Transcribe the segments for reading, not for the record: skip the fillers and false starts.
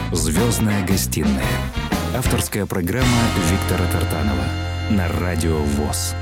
«Звездная гостиная». Авторская программа Виктора Тартанова на Радио ВОС.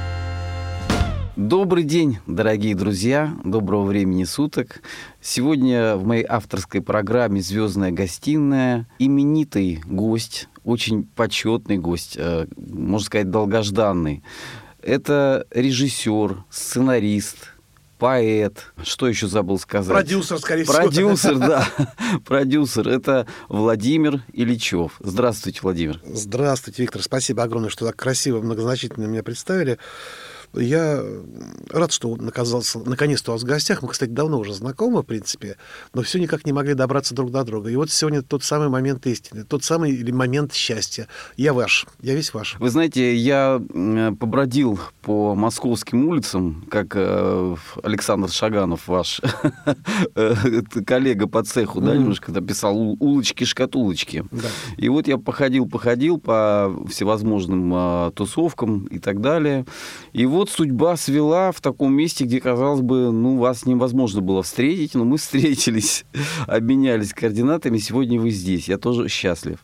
Добрый день, дорогие друзья, доброго времени суток. Сегодня в моей авторской программе «Звездная гостиная» именитый гость, очень почетный гость, можно сказать, долгожданный. Это режиссер, сценарист, поэт. Что еще забыл сказать? Продюсер, скорее всего. Продюсер, да. Продюсер. Это Владимир Ильичев. Здравствуйте, Владимир. Здравствуйте, Виктор. Спасибо огромное, что так красиво, многозначительно меня представили. Я рад, что он оказался наконец-то у вас в гостях. Мы, кстати, давно уже знакомы, в принципе, но все никак не могли добраться друг до друга. И вот сегодня тот самый момент истины, тот самый момент счастья. Я ваш, я весь ваш. Вы знаете, я побродил по московским улицам, как Александр Шаганов, ваш коллега по цеху, да, немножко написал улочки-шкатулочки. Да. И вот я походил по всевозможным тусовкам и так далее. И вот судьба свела в таком месте, где, казалось бы, вас невозможно было встретить, но мы встретились, обменялись координатами. Сегодня вы здесь. Я тоже счастлив.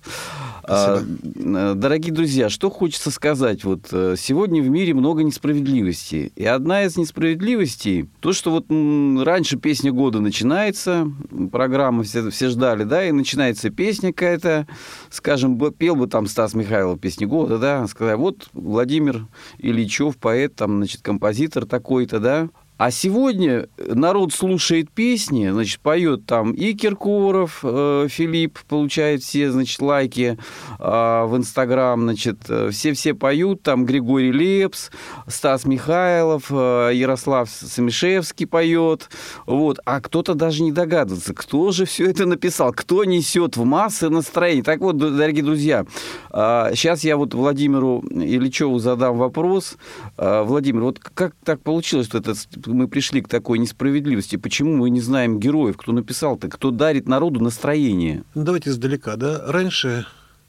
Дорогие друзья, что хочется сказать? Вот сегодня в мире много несправедливостей. И одна из несправедливостей, то, что вот раньше песня года начинается, программа все ждали, да, и начинается песня какая-то, скажем, пел бы там Стас Михайлов песни года, да, сказать, вот Владимир Ильичев, поэт, там, значит, композитор такой-то, да. А сегодня народ слушает песни, значит, поет там и Киркоров, Филипп получает все, значит, лайки в Инстаграм, значит, все поют, там Григорий Лепс, Стас Михайлов, Ярослав Самишевский поет, вот, а кто-то даже не догадывается, кто же все это написал, кто несет в массы настроение. Так вот, дорогие друзья, сейчас я вот Владимиру Ильичеву задам вопрос. Владимир, вот как так получилось, что мы пришли к такой несправедливости? Почему мы не знаем героев, кто написал-то, кто дарит народу настроение? Давайте издалека, да. Раньше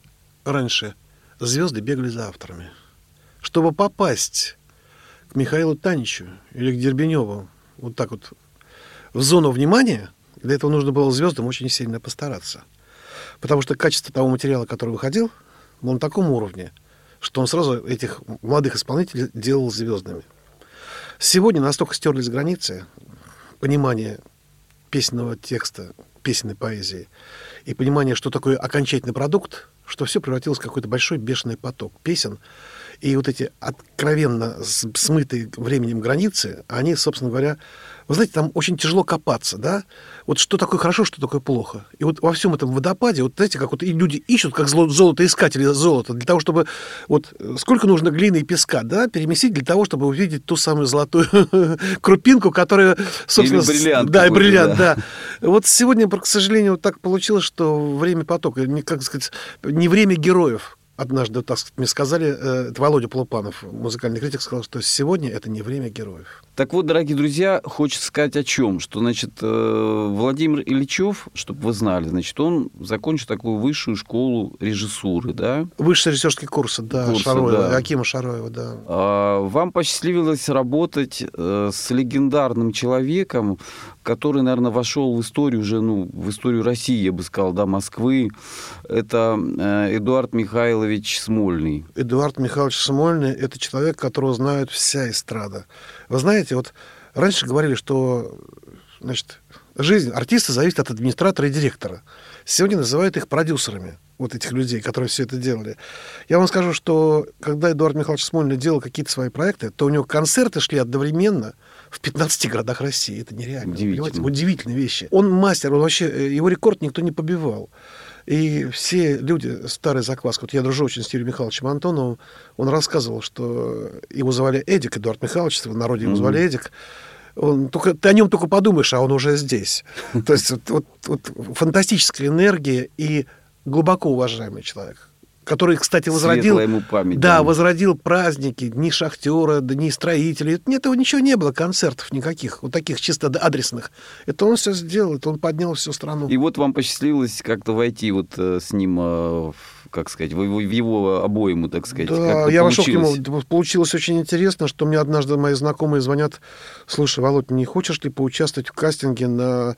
звезды бегали за авторами. Чтобы попасть к Михаилу Таничу или к Дербеневу вот так вот в зону внимания, для этого нужно было звездам очень сильно постараться. Потому что качество того материала, который выходил, было на таком уровне, что он сразу этих молодых исполнителей делал звездами. Сегодня настолько стерлись границы понимания песенного текста, песенной поэзии и понимания, что такое окончательный продукт, что все превратилось в какой-то большой бешеный поток песен. И вот эти откровенно смытые временем границы, они, собственно говоря, вы знаете, там очень тяжело копаться, да? Вот что такое хорошо, что такое плохо. И вот во всем этом водопаде, вот знаете, как вот и люди ищут, как золотоискатели золота, для того, чтобы вот сколько нужно глины и песка, да, перемесить для того, чтобы увидеть ту самую золотую крупинку, которая, собственно... Или бриллиант. Да, и бриллиант, да. Вот сегодня, к сожалению, вот так получилось, что время потока, как сказать, не время героев. Однажды, так сказать, мне сказали, это Володя Полупанов, музыкальный критик, сказал, что сегодня это не время героев. Так вот, дорогие друзья, хочется сказать о чем? Что, значит, Владимир Ильичев, чтобы вы знали, значит, он закончил такую высшую школу режиссуры, да? Высшие режиссерские курсы, да, Шароева, да. Акима Шароева, да. Вам посчастливилось работать с легендарным человеком, который, наверное, вошел в историю уже, в историю России, я бы сказал, да, Москвы. Это Эдуард Михайлович Смольный. Эдуард Михайлович Смольный – это человек, которого знает вся эстрада. Вы знаете, вот раньше говорили, что, значит, жизнь артиста зависит от администратора и директора. Сегодня называют их продюсерами, вот этих людей, которые все это делали. Я вам скажу, что когда Эдуард Михайлович Смольный делал какие-то свои проекты, то у него концерты шли одновременно в 15 городах России. Это нереально. Удивительные вещи. Он мастер, он вообще, его рекорд никто не побивал. И все люди, старая закваска, вот я дружу очень с Юрием Михайловичем Антоновым, он рассказывал, что его звали Эдик, Эдуард Михайлович, в народе его звали Эдик. Ты о нем только подумаешь, а он уже здесь. То есть вот фантастическая энергия и глубоко уважаемый человек, который, кстати, возродил, ему память, да, возродил праздники, дни шахтера, дни строителей. Этого ничего не было, концертов никаких, вот таких чисто адресных. Это он все сделал, это он поднял всю страну. И вот вам посчастливилось как-то войти вот с ним, как сказать, в его обойму, так сказать. Да, я вошел к нему, получилось очень интересно, что мне однажды мои знакомые звонят: слушай, Володь, не хочешь ли поучаствовать в кастинге на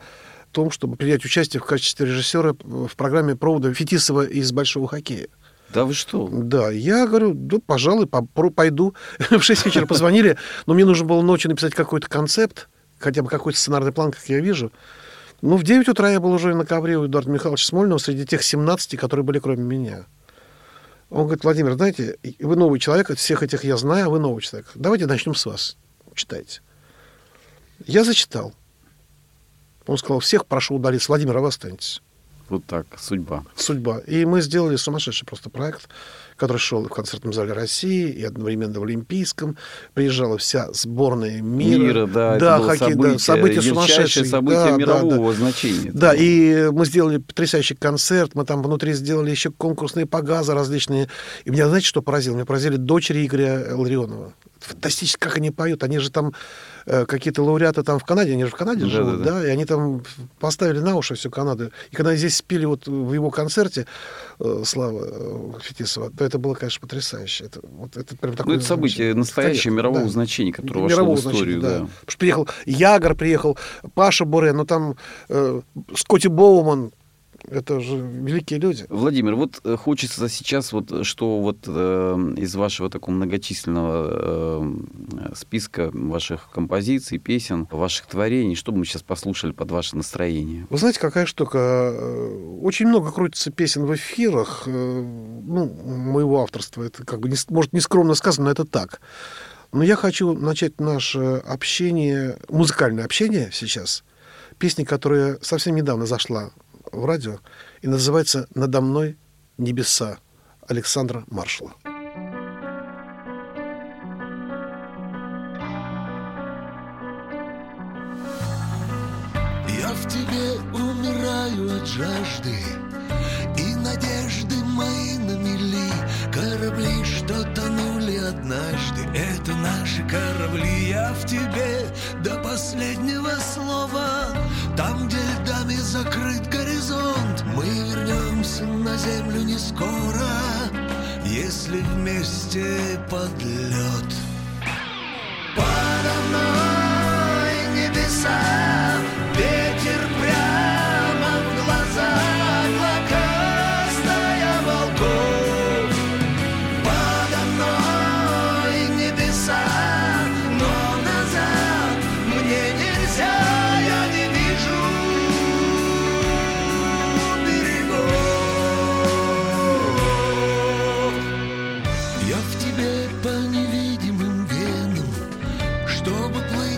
том, чтобы принять участие в качестве режиссера в программе провода Фетисова из «Большого хоккея». Да вы что? Да, я говорю, да, пожалуй, пойду. В 6 вечера позвонили, но мне нужно было ночью написать какой-то концепт, хотя бы какой-то сценарный план, как я вижу. Ну, в 9 утра я был уже на ковре у Эдуарда Михайловича Смольного среди тех 17, которые были кроме меня. Он говорит: Владимир, знаете, вы новый человек, от всех этих я знаю, а вы новый человек. Давайте начнем с вас. Читайте. Я зачитал. Он сказал: всех прошу удалиться. Владимир, а вы останетесь. Вот так, судьба. Судьба. И мы сделали сумасшедший просто проект, который шел в концертном зале России и одновременно в Олимпийском. Приезжала вся сборная мира. Да, да, это было хоккей, событие, да, события сумасшедшие. Событие да, мирового значения. Да, и мы сделали потрясающий концерт, мы там внутри сделали еще конкурсные погазы различные. И меня, знаете, что поразило? Меня поразили дочери Игоря Ларионова. Фантастически, как они поют. Они же там какие-то лауреаты там в Канаде, они же в Канаде живут, да, и они там поставили на уши всю Канаду. И когда здесь спели вот в его концерте Слава Фетисова, то это было, конечно, потрясающе. Это прям такое, это событие настоящее мирового значения, которое вошло в историю. Да. Потому что приехал Ягор, приехал Паша Буре, ну там Скотти Боуман. Это же великие люди. Владимир, вот хочется сейчас, что из вашего такого многочисленного списка ваших композиций, песен, ваших творений, что бы мы сейчас послушали под ваше настроение? Вы знаете, какая штука? Очень много крутится песен в эфирах, моего авторства. Это как бы, может, нескромно сказано, но это так. Но я хочу начать наше общение, музыкальное общение сейчас, песни, которая совсем недавно зашла в радио, и называется «Надо мной небеса» Александра Маршала. Я в тебе умираю от жажды, и надежды мои на мели. Корабли, что тонули однажды, это наши корабли. Я в тебе до последнего слова. Там, где льдами закрыт горизонт, мы вернемся на землю не скоро, если вместе под лед. Подо мной небеса, ветер прямо в глаза, облака стая волков. Подо мной небеса, но назад мне нельзя. По невидимым венам, чтобы плыть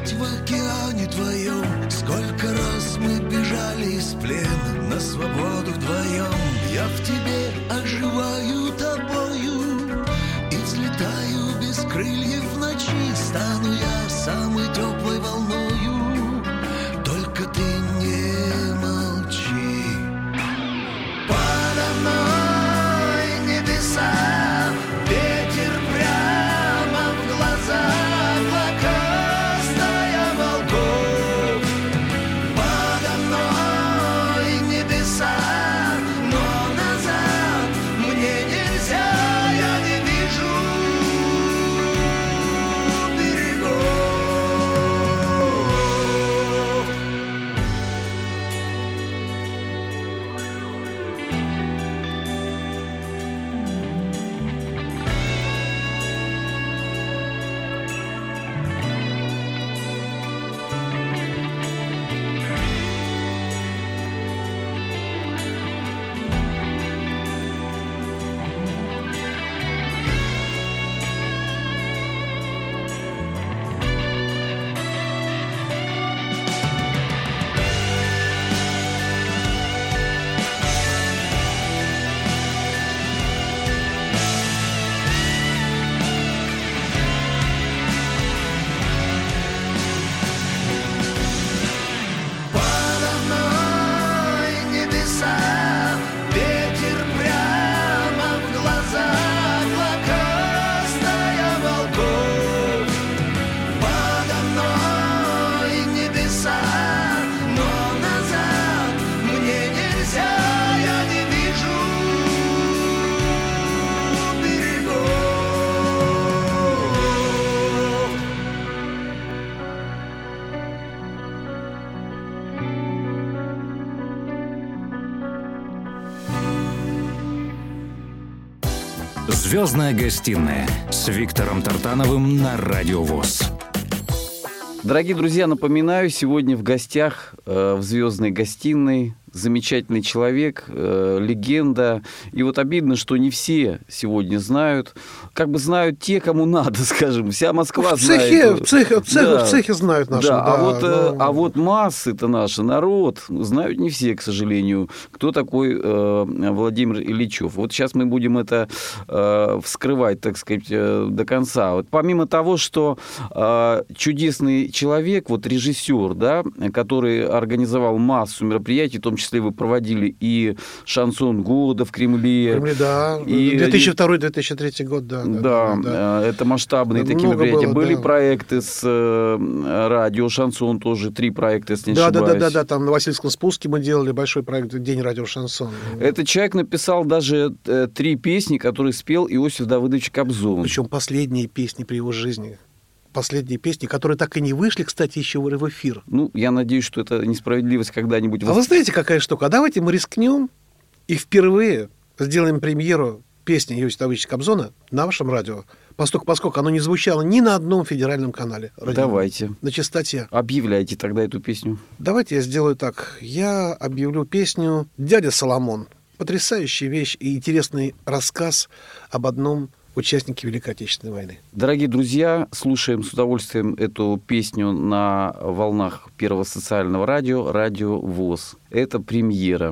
«Звездная гостиная» с Виктором Тартановым на Радио ВОС. Дорогие друзья, напоминаю, сегодня в гостях в «Звездной гостиной» замечательный человек, легенда. И вот обидно, что не все сегодня знают. Как бы знают те, кому надо, скажем. Вся Москва знает. В цехе знают наши. Да, а вот массы-то наши, народ, знают не все, к сожалению, кто такой Владимир Ильичев. Вот сейчас мы будем это вскрывать, так сказать, до конца. Вот помимо того, что чудесный человек, вот режиссер, да, который организовал массу мероприятий, в том числе вы проводили и «Шансон года» в Кремле. Да, 2002-2003 год, да. Да, это масштабные такие мероприятия. Было, были да. проекты с радио «Шансон», тоже 3 проекта, если не ошибаюсь. Да, там на Васильевском спуске мы делали большой проект «День радио «Шансон». Этот человек написал даже 3 песни, которые спел Иосиф Давыдович Кобзон. Причем последние песни при его жизни. Последние песни, которые так и не вышли, кстати, еще в эфир. Ну, я надеюсь, что это несправедливость когда-нибудь... А вы знаете, какая штука? А давайте мы рискнем и впервые сделаем премьеру песни Иосифа Давыдовича Кобзона на вашем радио, поскольку оно не звучало ни на одном федеральном канале. Давайте. На частоте. Объявляйте тогда эту песню. Давайте я сделаю так. Я объявлю песню «Дядя Соломон». Потрясающая вещь и интересный рассказ об одном участнике Великой Отечественной войны. Дорогие друзья, слушаем с удовольствием эту песню на волнах Первого социального радио, Радио ВОС. Это премьера.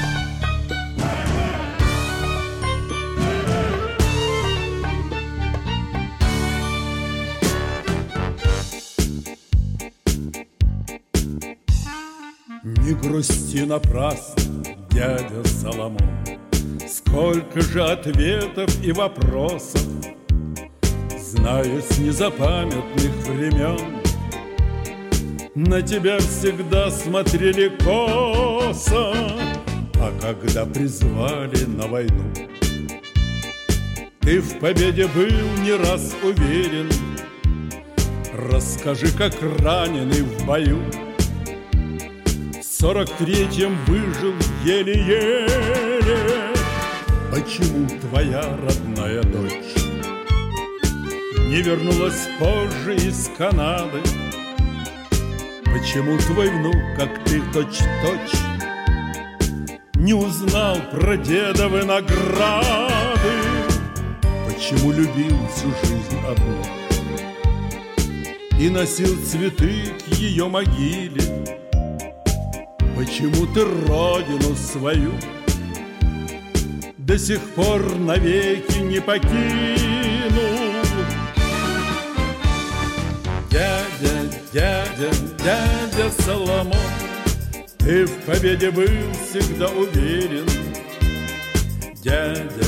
Не грусти напрасно, дядя Соломон, сколько же ответов и вопросов, знаю с незапамятных времен. На тебя всегда смотрели косо, а когда призвали на войну, ты в победе был не раз уверен. Расскажи, как раненый в бою в 43-м выжил еле-еле. Почему твоя родная дочь не вернулась позже из Канады? Почему твой внук, как ты точь-в-точь, не узнал про дедовы награды? Почему любил всю жизнь одну и носил цветы к ее могиле? Почему ты родину свою до сих пор навеки не покинул? Дядя Соломон, ты в победе был всегда уверен. Дядя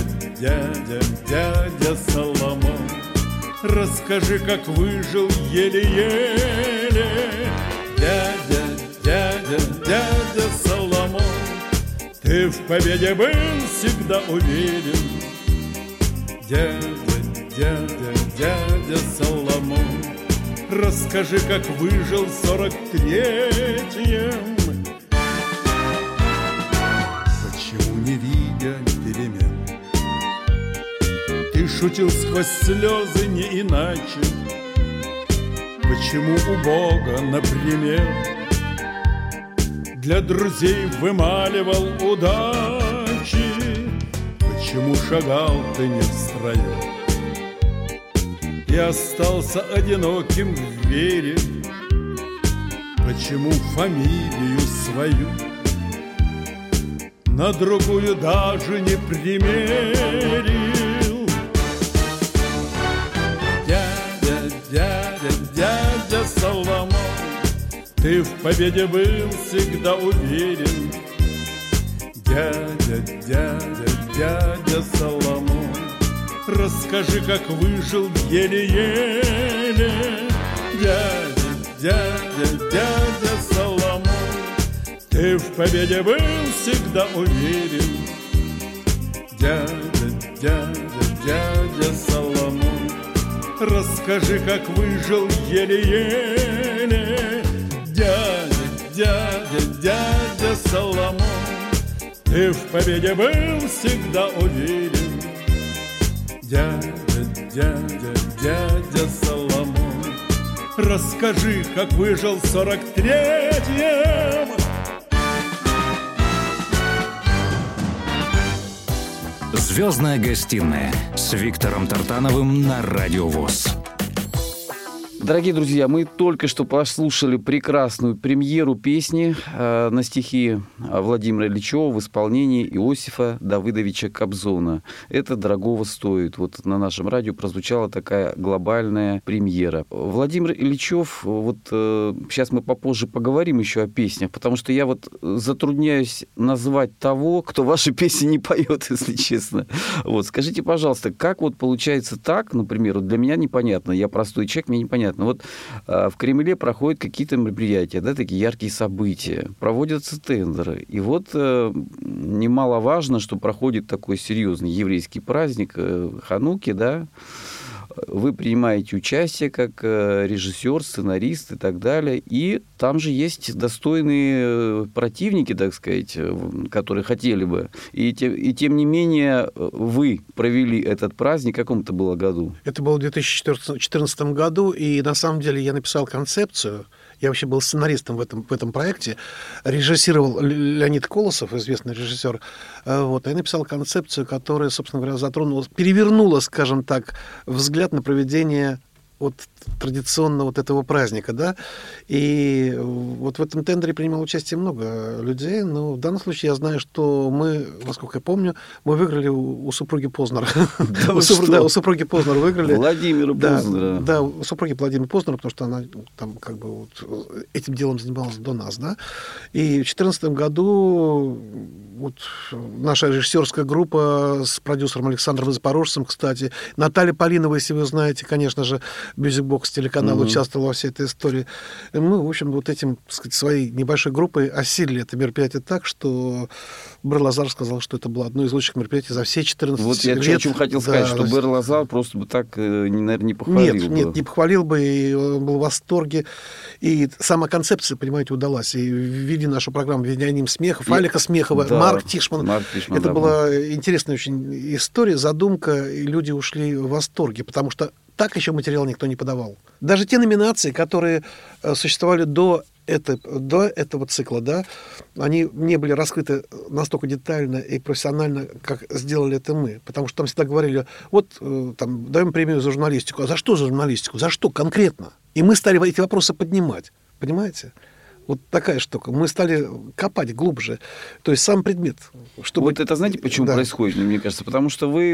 Соломон, расскажи, как выжил еле-еле. Дядя Соломон, ты в победе был всегда уверен. Дядя Соломон, расскажи, как выжил в 43-м. Почему, не видя перемен, ты шутил сквозь слезы не иначе? Почему у Бога, например, для друзей вымаливал удачи? Почему шагал ты не в строю и остался одиноким в вере? Почему фамилию свою на другую даже не примерил? Дядя Соломон, ты в победе был всегда уверен. Дядя Соломон, расскажи, как выжил еле-еле. Дядя Соломон, ты в победе был всегда уверен. Дядя Соломон, расскажи, как выжил еле-еле. Дядя Соломон, ты в победе был всегда уверен. Дядя Соломон, расскажи, как выжил в 43-м. «Звездная гостиная» с Виктором Тартановым на Радио ВОС. Дорогие друзья, мы только что послушали прекрасную премьеру песни на стихи Владимира Ильичева в исполнении Иосифа Давыдовича Кобзона. Это дорогого стоит. Вот на нашем радио прозвучала такая глобальная премьера. Владимир Ильичев, вот сейчас мы попозже поговорим еще о песнях, потому что я вот затрудняюсь назвать того, кто ваши песни не поет, если честно. Вот, скажите, пожалуйста, как вот получается так, например, вот для меня непонятно, я простой человек, мне непонятно. Вот в Кремле проходят какие-то мероприятия, да, такие яркие события, проводятся тендеры. И вот немаловажно, что проходит такой серьезный еврейский праздник Хануки, да, вы принимаете участие как режиссер, сценарист и так далее. И там же есть достойные противники, так сказать, которые хотели бы. И тем не менее вы провели этот праздник. В каком это было году? Это было в 2014 году. И на самом деле я написал концепцию. Я вообще был сценаристом в этом проекте. Режиссировал Леонид Колосов, известный режиссер. Вот. Я написал концепцию, которая, собственно говоря, перевернула, скажем так, взгляд на проведение вот традиционного вот этого праздника, да, и вот в этом тендере принимало участие много людей, но в данном случае я знаю, что мы, насколько я помню, мы выиграли у супруги Познера. Да, у супруги Познера выиграли. Владимира Познера. Да, у супруги Владимира Познера, потому что она там как бы вот этим делом занималась до нас, да, и в 2014 году вот наша режиссерская группа с продюсером Александром Запорожцем, кстати, Наталья Полинова, если вы знаете, конечно же, Мьюзик-бокс телеканал участвовал во всей этой истории. И мы, в общем, вот этим, так сказать, своей небольшой группой осилили это мероприятие так, что Бэр Лазар сказал, что это было одно из лучших мероприятий за все 14 вот лет. Вот я о чем хотел сказать, что Бэр Лазар просто бы так, наверное, не похвалил бы. Нет, не похвалил бы, и он был в восторге. И сама концепция, понимаете, удалась. И ввели нашу программу «Вениамин Смехов», Алика Смехова, да, Марк Тишман. Это да, была интересная очень история, задумка, и люди ушли в восторге, потому что так еще материал никто не подавал. Даже те номинации, которые существовали до этого цикла, да, они не были раскрыты настолько детально и профессионально, как сделали это мы. Потому что там всегда говорили, вот там, даем премию за журналистику. А за что за журналистику? За что конкретно? И мы стали эти вопросы поднимать. Понимаете? Вот такая штука. Мы стали копать глубже. То есть сам предмет. Чтобы... Вот это знаете, почему происходит, мне кажется? Потому что вы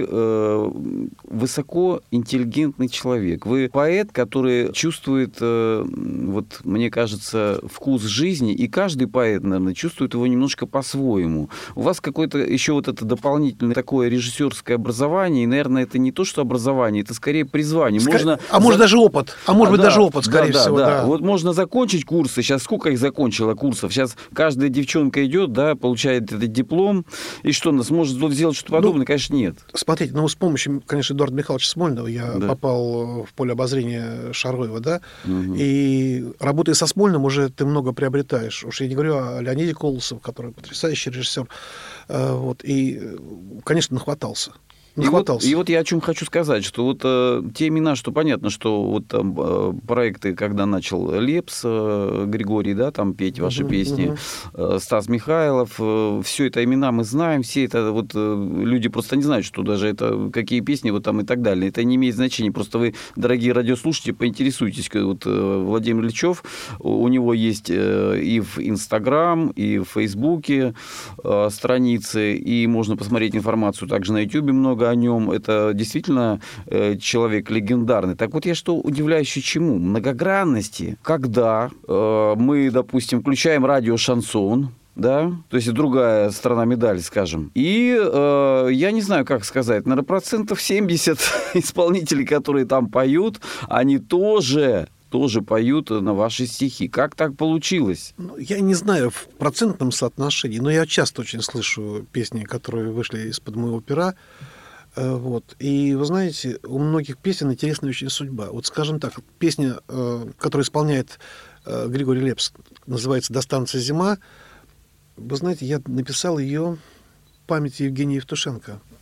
высокоинтеллигентный человек. Вы поэт, который чувствует, вот, мне кажется, вкус жизни. И каждый поэт, наверное, чувствует его немножко по-своему. У вас какое-то еще вот это дополнительное такое режиссерское образование. И, наверное, это не то, что образование, это скорее призвание. Может, даже опыт. Может быть, даже опыт, скорее всего. Да. Вот можно закончить курсы. Сейчас сколько их закончила курсов. Сейчас каждая девчонка идет, да, получает этот диплом, и что, она сможет сделать что-то подобное? Конечно, нет. Смотрите, с помощью, конечно, Эдуарда Михайловича Смольного я попал в поле обозрения Шароева, да, и работая со Смольным, уже ты много приобретаешь. Уж я не говорю о Леониде Колосове, который потрясающий режиссер, вот, и, конечно, нахватался. И вот я о чем хочу сказать, что вот те имена, что понятно, что вот там проекты, когда начал Лепс, Григорий, да, там петь ваши песни, Стас Михайлов, все это имена мы знаем, все это вот люди просто не знают, что даже это какие песни вот там и так далее. Это не имеет значения, просто вы, дорогие радиослушатели, поинтересуйтесь. Вот Владимир Ильичев, у него есть и в Инстаграм, и в Фейсбуке страницы, и можно посмотреть информацию также на Ютубе много о нем. Это действительно человек легендарный. Так вот, я что удивляюсь чему? Многогранности. Когда мы, допустим, включаем радио «Шансон», да, то есть другая сторона медали, скажем. И я не знаю, как сказать, наверное, 70% исполнителей, которые там поют, они тоже поют на ваши стихи. Как так получилось? Я не знаю в процентном соотношении, но я часто очень слышу песни, которые вышли из-под моего пера. Вот. И вы знаете, у многих песен интересная очень судьба. Вот, скажем так, песня, которую исполняет Григорий Лепс, называется «Достанется зима». Вы знаете, я написал ее в памяти Евгения Евтушенко.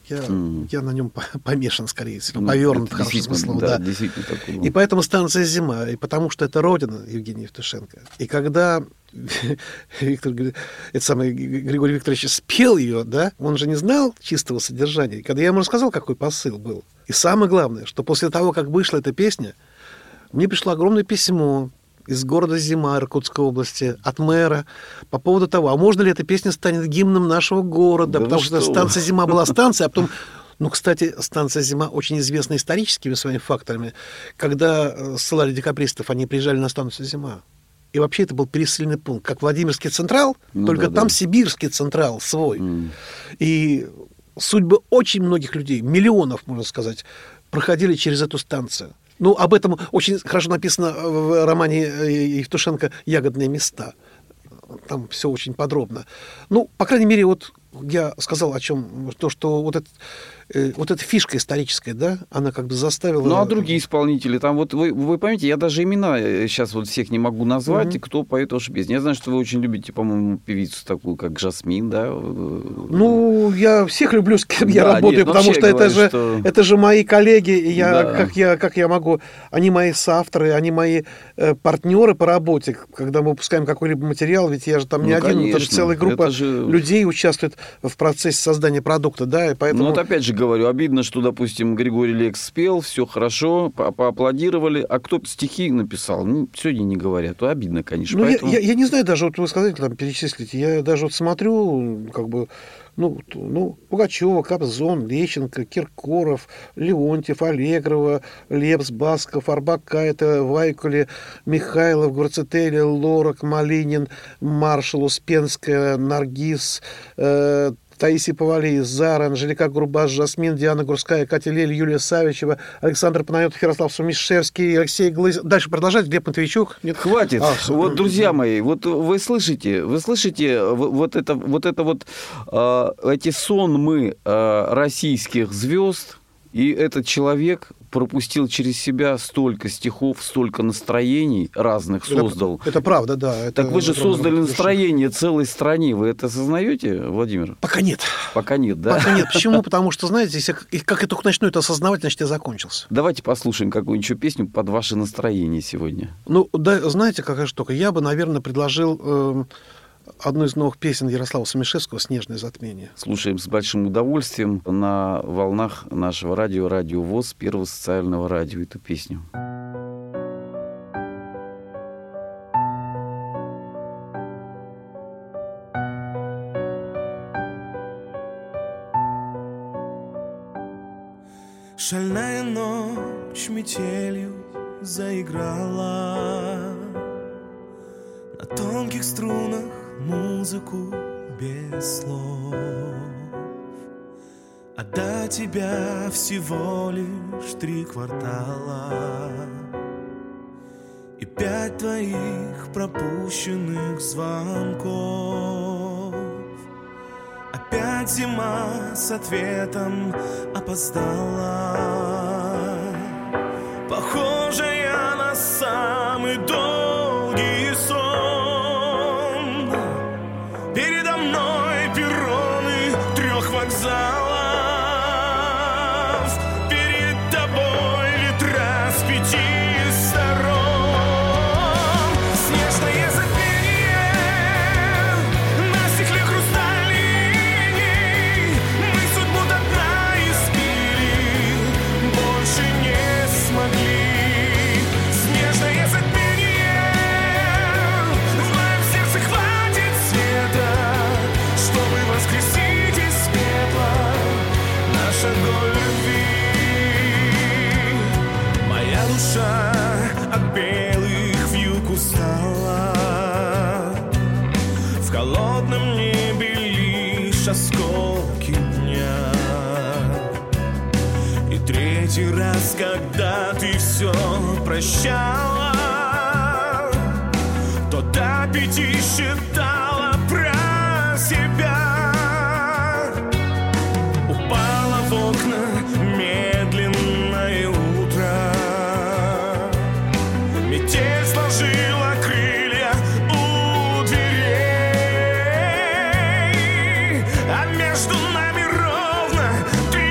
Я на нем помешан, скорее всего, повернут, в хорошем смысле. Да, действительно такой. И поэтому станция «Зима», и потому что это родина Евгения Евтушенко. И когда Григорий Викторович спел ее, да, он же не знал чистого содержания. И когда я ему рассказал, какой посыл был. И самое главное, что после того, как вышла эта песня, мне пришло огромное письмо из города Зима Иркутской области, от мэра, по поводу того, а можно ли эта песня станет гимном нашего города, потому что станция «Зима» была станция, а потом... Ну, кстати, станция «Зима» очень известна историческими своими факторами. Когда ссылали декабристов, они приезжали на станцию «Зима». И вообще это был пересыльный пункт, как Владимирский Централ, только там Сибирский Централ свой. И судьбы очень многих людей, миллионов, можно сказать, проходили через эту станцию. Ну, об этом очень хорошо написано в романе Евтушенко «Ягодные места». Там все очень подробно. Ну, по крайней мере, вот я сказал о чем, то, что вот эта фишка историческая, да, она как бы заставила... Ну, а другие исполнители, там вот вы поймите, я даже имена сейчас вот всех не могу назвать, кто поет ваши песни. Я знаю, что вы очень любите, по-моему, певицу такую, как Жасмин, да? Ну, я всех люблю, с кем я работаю, потому что это же мои коллеги, и как я могу... Они мои соавторы, они мои партнеры по работе, когда мы выпускаем какой-либо материал, ведь я же там не один, это же целая группа людей участвует в процессе создания продукта, да, и поэтому... Ну, вот опять же говорю, обидно, что, допустим, Григорий Лекс спел, все хорошо, поаплодировали, а кто стихи написал, сегодня не говорят, то обидно, конечно. Ну, поэтому... я не знаю даже, вот вы сказали, там, перечислите, я даже вот смотрю, как бы, Пугачева, Кобзон, Лещенко, Киркоров, Леонтьев, Аллегрова, Лепс, Басков, Орбакайте, Вайкуле, Михайлов, Гварцетели, Лорак, Малинин, Маршал, Успенская, Наргиз, Таисия Повалий, Зара, Анжелика Гурбаш, Жасмин, Диана Гурская, Катя Лель, Юлия Савичева, Александр Панайотов, Ярослав Сумишевский, Алексей Глызин. Дальше продолжать, Глеб Матвейчук. Нет? Хватит. Вот, друзья мои, вот вы слышите эти сонмы российских звезд, и этот человек пропустил через себя столько стихов, столько настроений разных создал. Это правда, да. Так вы же создали настроение целой стране. Вы это осознаете, Владимир? Пока нет. Пока нет, да? Пока нет. Почему? Потому что, знаете, если как я только начну это осознавать, значит, я закончился. Давайте послушаем какую-нибудь песню под ваше настроение сегодня. Ну, да, знаете, какая штука? Я бы, наверное, предложил... одну из новых песен Ярослава Сумишевского «Снежное затмение». Слушаем с большим удовольствием на волнах нашего Радио ВОС, первого социального радио, эту песню. Шальная ночь метелью заиграла, на тонких струнах музыку без слов. А до тебя всего лишь 3 квартала и 5 твоих пропущенных звонков. Опять зима с ответом опоздала, похожая на самый долгий сон. Передо мной перроны 3 вокзалов, перед тобой ветра с 5 сторон. Снежное затмение на стекле хрусталей, мы судьбу до дна испили, больше не смогли. Снежное затмение, в моем сердце хватит света, чтобы воскресить из пепла наш огонь любви. Моя душа от белых вьюг устала, в холодном небе лишь осколки дня. И 3-й раз, когда ты все прощала, то до 5 считала про себя. Упала в окна медленное утро, метель сложила крылья у дверей, а между нами ровно 3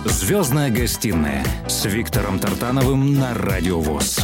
«Звездная гостиная» с Виктором Тартановым на Радио ВОС.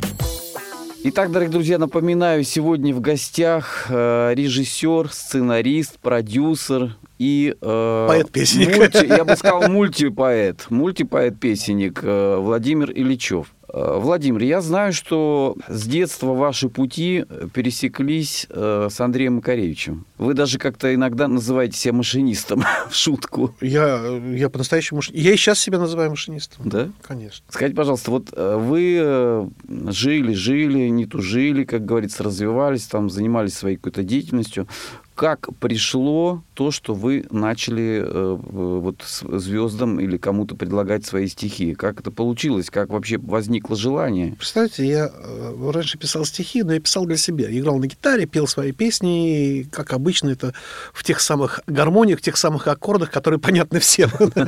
Итак, дорогие друзья, напоминаю, сегодня в гостях режиссер, сценарист, продюсер и... поэт-песенник. Я бы сказал, мультипоэт-песенник Владимир Ильичев. Владимир, я знаю, что с детства ваши пути пересеклись с Андреем Макаревичем. Вы даже как-то иногда называете себя машинистом в шутку. Я по-настоящему... Я и сейчас себя называю машинистом. Да? Конечно. Скажите, пожалуйста, вот вы жили, не тужили, как говорится, развивались, там, занимались своей какой-то деятельностью. Как пришло то, что вы начали вот звездам или кому-то предлагать свои стихи? Как это получилось? Как вообще возникло желание? Представляете, я раньше писал стихи, но я писал для себя. Играл на гитаре, пел свои песни, и, как обычно, это в тех самых гармониях, в тех самых аккордах, которые понятны всем.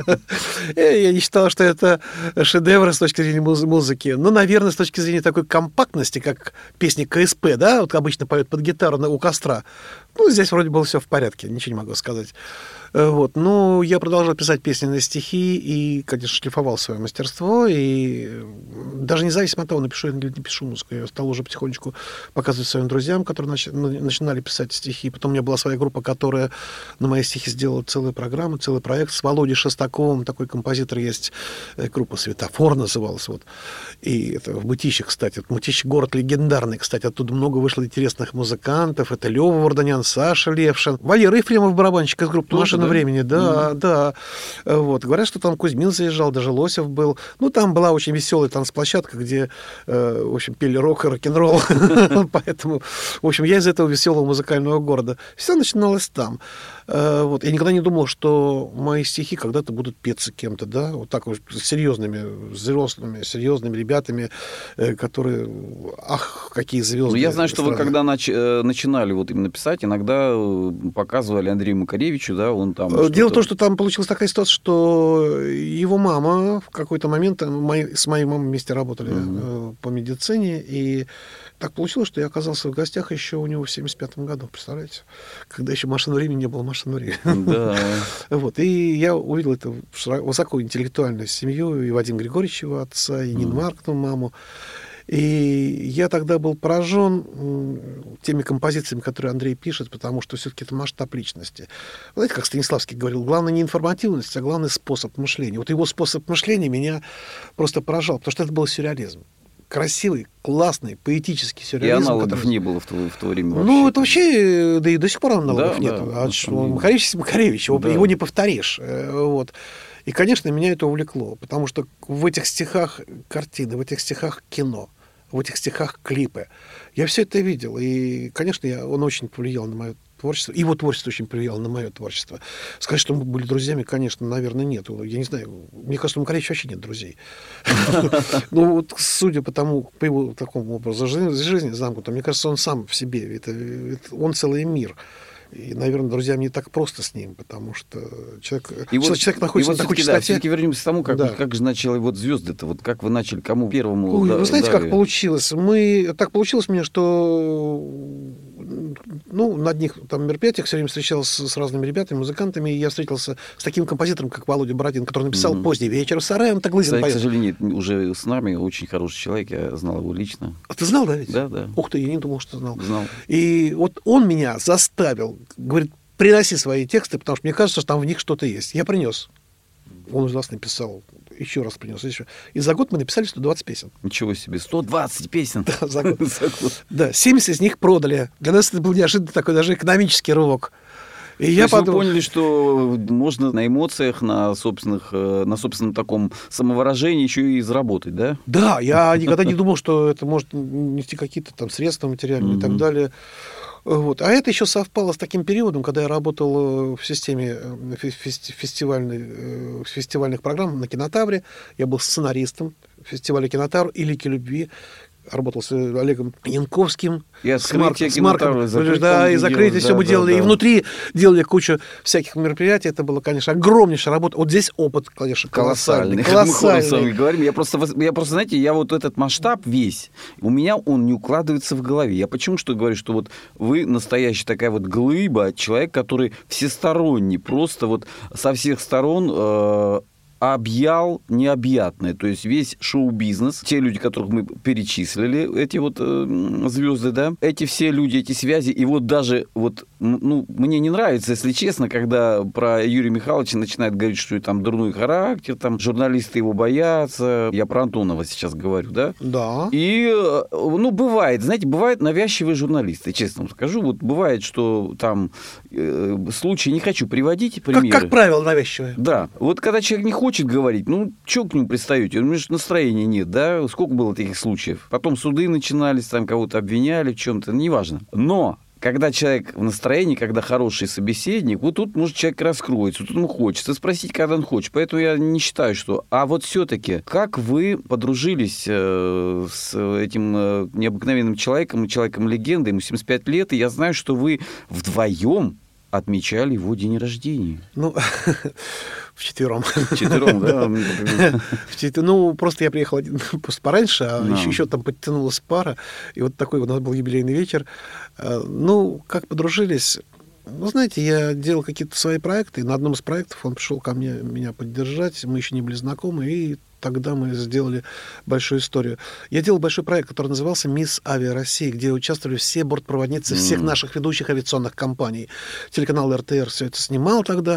Я не считал, что это шедевр с точки зрения музыки. Но, наверное, с точки зрения такой компактности, как песни КСП, да, вот обычно поют под гитару у костра. Ну, здесь вроде было все в порядке, ничего не могу сказать. Вот. Ну, я продолжал писать песенные стихи и, конечно, шлифовал свое мастерство. И даже независимо от того, напишу я или не пишу музыку, я стал уже потихонечку показывать своим друзьям, которые начинали писать стихи. Потом у меня была своя группа, которая на мои стихи сделала целую программу, целый проект с Володей Шестаковым. Такой композитор есть, группа «Светофор» называлась. Вот. И это в Мытищах, кстати. Мытищи — город легендарный, кстати. Оттуда много вышло интересных музыкантов. Это Лёва Варданян, Саша Левшин, Валера Ефремов, барабанщик из группы «Машина времени». Да. Вот. Говорят, что там Кузьмин заезжал, даже Лосев был. Ну, там была очень веселая танцплощадка, где, в общем, пели рок и рок-н-ролл. Поэтому, в общем, я из этого веселого музыкального города. Все начиналось там. Вот. Я никогда не думал, что мои стихи когда-то будут петься кем-то, да, вот так вот серьезными, взрослыми, серьезными ребятами, которые, какие звезды. Ну, я знаю, что вы когда начинали вот именно писать, иногда показывали Андрею Макаревичу, да, он там... Дело в том, что там получилась такая ситуация, что его мама в какой-то момент, с моей мамой вместе работали по медицине, и так получилось, что я оказался в гостях еще у него в 1975 году, представляете? Когда еще «Машина времени» не было «Машины времени». Да. Вот. И я увидел эту высокоинтеллектуальную семью, и Вадима Григорьевича, его отца, и Нину Марковну, маму. И я тогда был поражен теми композициями, которые Андрей пишет, потому что все-таки это масштаб личности. Знаете, как Станиславский говорил, главное не информативность, а главный способ мышления. Вот его способ мышления меня просто поражал, потому что это был сюрреализм. Красивый, классный, поэтический сюрреализм. И аналогов не было в то время вообще. Ну, это вообще, да и до сих пор аналогов нет. Да, Макаревич, его не повторишь. Вот. И, конечно, меня это увлекло, потому что в этих стихах картины, в этих стихах кино, в этих стихах клипы. Я все это видел, и, конечно, он очень повлиял на мое творчество. Его творчество очень повлияло на мое творчество. Сказать, что мы были друзьями, конечно, наверное, нет. Я не знаю, мне кажется, у Макаревича вообще нет друзей. Ну, вот судя по тому, по его такому образу жизни замкнутому, мне кажется, он сам в себе, он целый мир. И, наверное, друзьям не так просто с ним, потому что человек находится на такой частоте. Все-таки вернемся к тому, как же начали вот звезды-то, вот как вы начали, кому первому? Вы знаете, как получилось? Так получилось мне, что на одних там мероприятиях все время встречался с разными ребятами, музыкантами, и я встретился с таким композитором, как Володя Бородин, который написал «Поздний вечер в сарае», Таглызин поет. К сожалению, нет, уже с нами, очень хороший человек, я знал его лично. А ты знал, да, ведь? Да. Ух ты, я не думал, что знал. Знал. И вот он меня заставил, говорит, приноси свои тексты, потому что мне кажется, что там в них что-то есть. Я принес. Он из нас написал, еще раз принес. И за год мы написали 120 песен. Ничего себе, 120 песен. Да, за год. Да, 70 из них продали. Для нас это был неожиданно такой даже экономический рывок. И я подумал... Вы поняли, что можно на эмоциях, на собственном таком самовыражении еще и заработать, да? Да, я никогда не думал, что это может нести какие-то там средства материальные и так далее. Вот. А это еще совпало с таким периодом, когда я работал в системе фестивальных программ на Кинотавре. Я был сценаристом фестиваля «Кинотавр» и «Лики любви». Работал с Олегом Янковским. И открытие Кинотавра. Да, и закрытие все мы делали. Да. И внутри делали кучу всяких мероприятий. Это было, конечно, огромнейшая работа. Вот здесь опыт, конечно, колоссальный. Мы с вами говорим. Я просто, знаете, я вот этот масштаб весь, у меня он не укладывается в голове. Я почему что говорю, что вот вы настоящая такая вот глыба, человек, который всесторонний, просто вот со всех сторон объял необъятное. То есть весь шоу-бизнес, те люди, которых мы перечислили, эти вот звезды, да, эти все люди, эти связи, и вот даже вот, ну, мне не нравится, если честно, когда про Юрия Михайловича начинают говорить, что там дурной характер, там журналисты его боятся. Я про Антонова сейчас говорю, да? Да. И, ну, бывает, знаете, бывают навязчивые журналисты, честно вам скажу. Вот бывает, что там случаи, не хочу приводить примеры. Как правило, навязчивые. Да. Вот когда человек не хочет говорить, ну, что к нему пристаете? У него же настроения нет, да? Сколько было таких случаев? Потом суды начинались, там кого-то обвиняли в чем-то, неважно. Но когда человек в настроении, когда хороший собеседник, вот тут, может, человек раскроется, тут ему хочется спросить, когда он хочет. Поэтому я не считаю, что... А вот все-таки, как вы подружились с этим необыкновенным человеком, человеком-легендой, ему 75 лет, и я знаю, что вы вдвоем отмечали его день рождения. Ну, вчетвером. Вчетвером, да? Ну, просто я приехал один просто пораньше, а еще там подтянулась пара, и вот такой у нас был юбилейный вечер. Ну, как подружились... Ну, знаете, я делал какие-то свои проекты, и на одном из проектов он пришел ко мне меня поддержать, мы еще не были знакомы, и тогда мы сделали большую историю. Я делал большой проект, который назывался «Мисс Авиа России», где участвовали все бортпроводницы всех наших ведущих авиационных компаний. Телеканал РТР все это снимал тогда,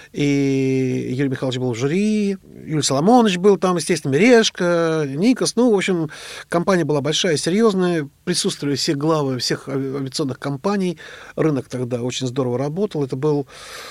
и Юрий Михайлович был в жюри, Юрий Соломонович был там, естественно, Мережко, Никос. Ну, в общем, компания была большая, серьезная, присутствовали все главы всех авиационных компаний. Рынок тогда очень здорово работал. Это был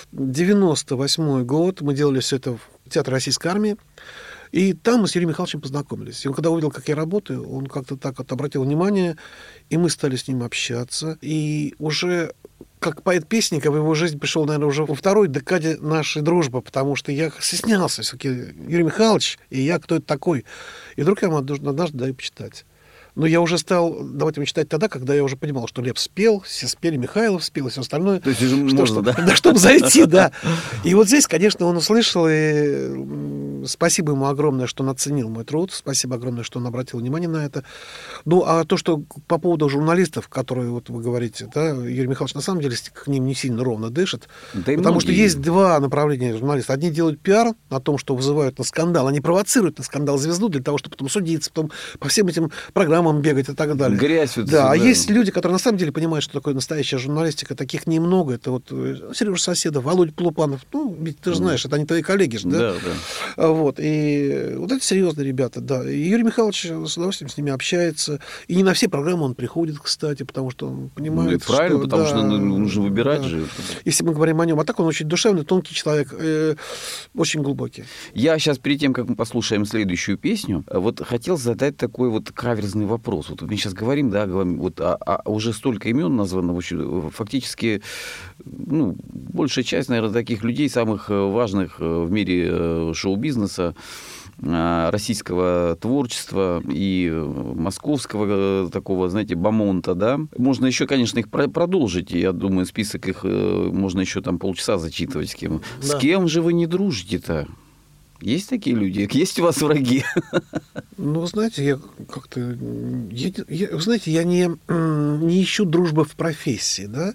98-й год, мы делали все это в Театре Российской армии. И там мы с Юрием Михайловичем познакомились. И он, когда увидел, как я работаю, он как-то так вот обратил внимание, и мы стали с ним общаться. И уже как поэт-песенник в его жизнь пришел, наверное, уже во второй декаде нашей дружбы, потому что я стеснялся. Все-таки Юрий Михайлович, и я, кто это такой? И вдруг я ему однажды даю почитать. Но я уже стал давать ему читать тогда, когда я уже понимал, что Лев спел, все спели, Михайлов спел и все остальное. То есть уже можно, да? Да, чтобы зайти, да. И вот здесь, конечно, он услышал, и спасибо ему огромное, что он оценил мой труд, спасибо огромное, что он обратил внимание на это. Ну, а то, что по поводу журналистов, которые вот вы говорите, да, Юрий Михайлович на самом деле к ним не сильно ровно дышит, да, потому что есть два направления журналистов. Одни делают пиар на том, что вызывают на скандал, они провоцируют на скандал звезду для того, чтобы потом судиться, потом по всем этим программам бегать и так далее. Грязь. Вот да, а есть люди, которые на самом деле понимают, что такое настоящая журналистика. Таких немного. Это вот Сережа Соседов, Володя Полупанов. Ну, ведь ты же знаешь, это они твои коллеги же, да? Да. Вот. И вот это серьезные ребята, да. И Юрий Михайлович с удовольствием с ними общается. И не на все программы он приходит, кстати, потому что он понимает, ну, это правильно, что... потому что нужно выбирать же. Если мы говорим о нем. А так он очень душевный, тонкий человек, очень глубокий. Я сейчас, перед тем, как мы послушаем следующую песню, вот хотел задать такой вот каверзный вопрос. Вот мы сейчас говорим, да, вот, уже столько имен названо, фактически, ну, большая часть, наверное, таких людей, самых важных в мире шоу-бизнеса, российского творчества и московского такого, знаете, бомонта, да. Можно еще, конечно, их продолжить. Я думаю, список их можно еще там полчаса зачитывать с кем. Да. С кем же вы не дружите-то? Есть такие люди? Есть у вас враги? Ну, знаете, я как-то... знаете, я не ищу дружбы в профессии, да.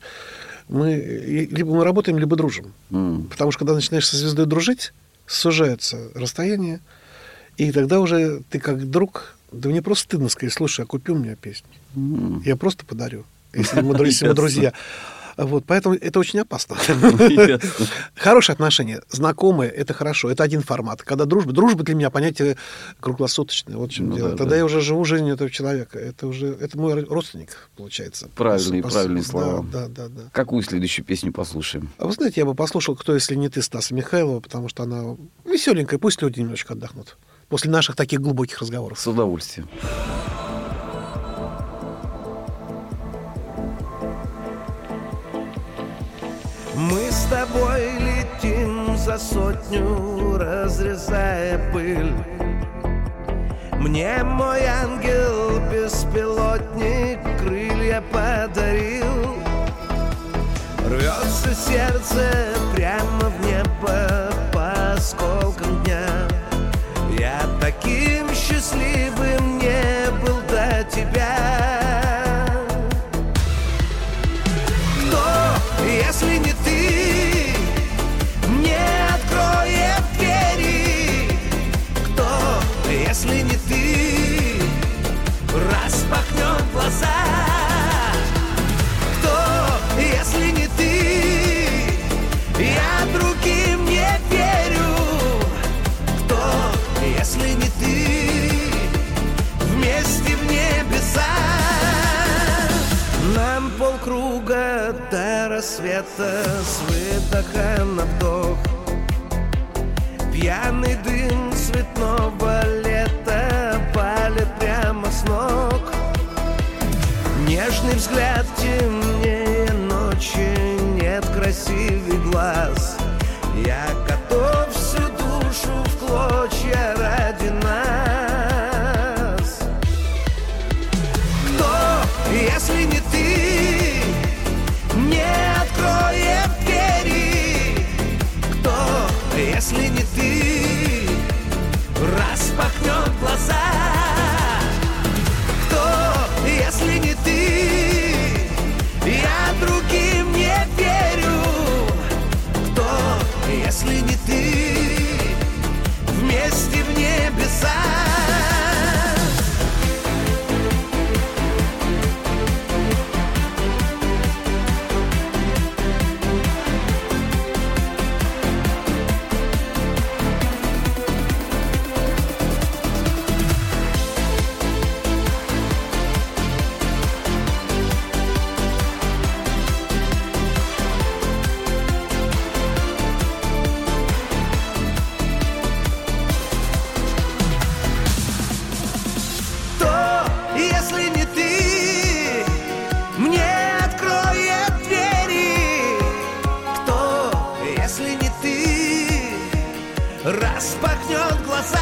Либо мы работаем, либо дружим. Потому что, когда начинаешь со звездой дружить, сужается расстояние, и тогда уже ты как друг... Да мне просто стыдно сказать: слушай, а купи у меня песню. Я просто подарю, если мы друзья. Вот, поэтому это очень опасно. Хорошие отношения, знакомые, это хорошо. Это один формат. Когда дружба для меня понятие круглосуточное. Вот в чем дело. Тогда я уже живу жизнью этого человека. Это мой родственник, получается. Правильные слова. Да. Какую следующую песню послушаем? А вы знаете, я бы послушал «Кто, если не ты» Стаса Михайлова, потому что она веселенькая. Пусть люди немножечко отдохнут после наших таких глубоких разговоров. С удовольствием. Мы с тобой летим за сотню, разрезая пыль. Мне мой ангел-беспилотник крылья подарил. Рвется сердце прямо в небо по осколкам дня. Я таким счастливым не был до тебя. Кто, если не ты, мне откроет двери? рассвета с выдоха на вдох. Пьяный дым цветного лета палит прямо с ног. Нежный взгляд темнее ночи, нет красивей глаз. Я готов всю душу в клочья ради нас. Кто, если не ты, мне откроет двери? Кто, если не ты, распахнет глаза? Кто, если не ты, я другим не верю? Кто, если не ты, вместе в небеса? Распахнет глаза.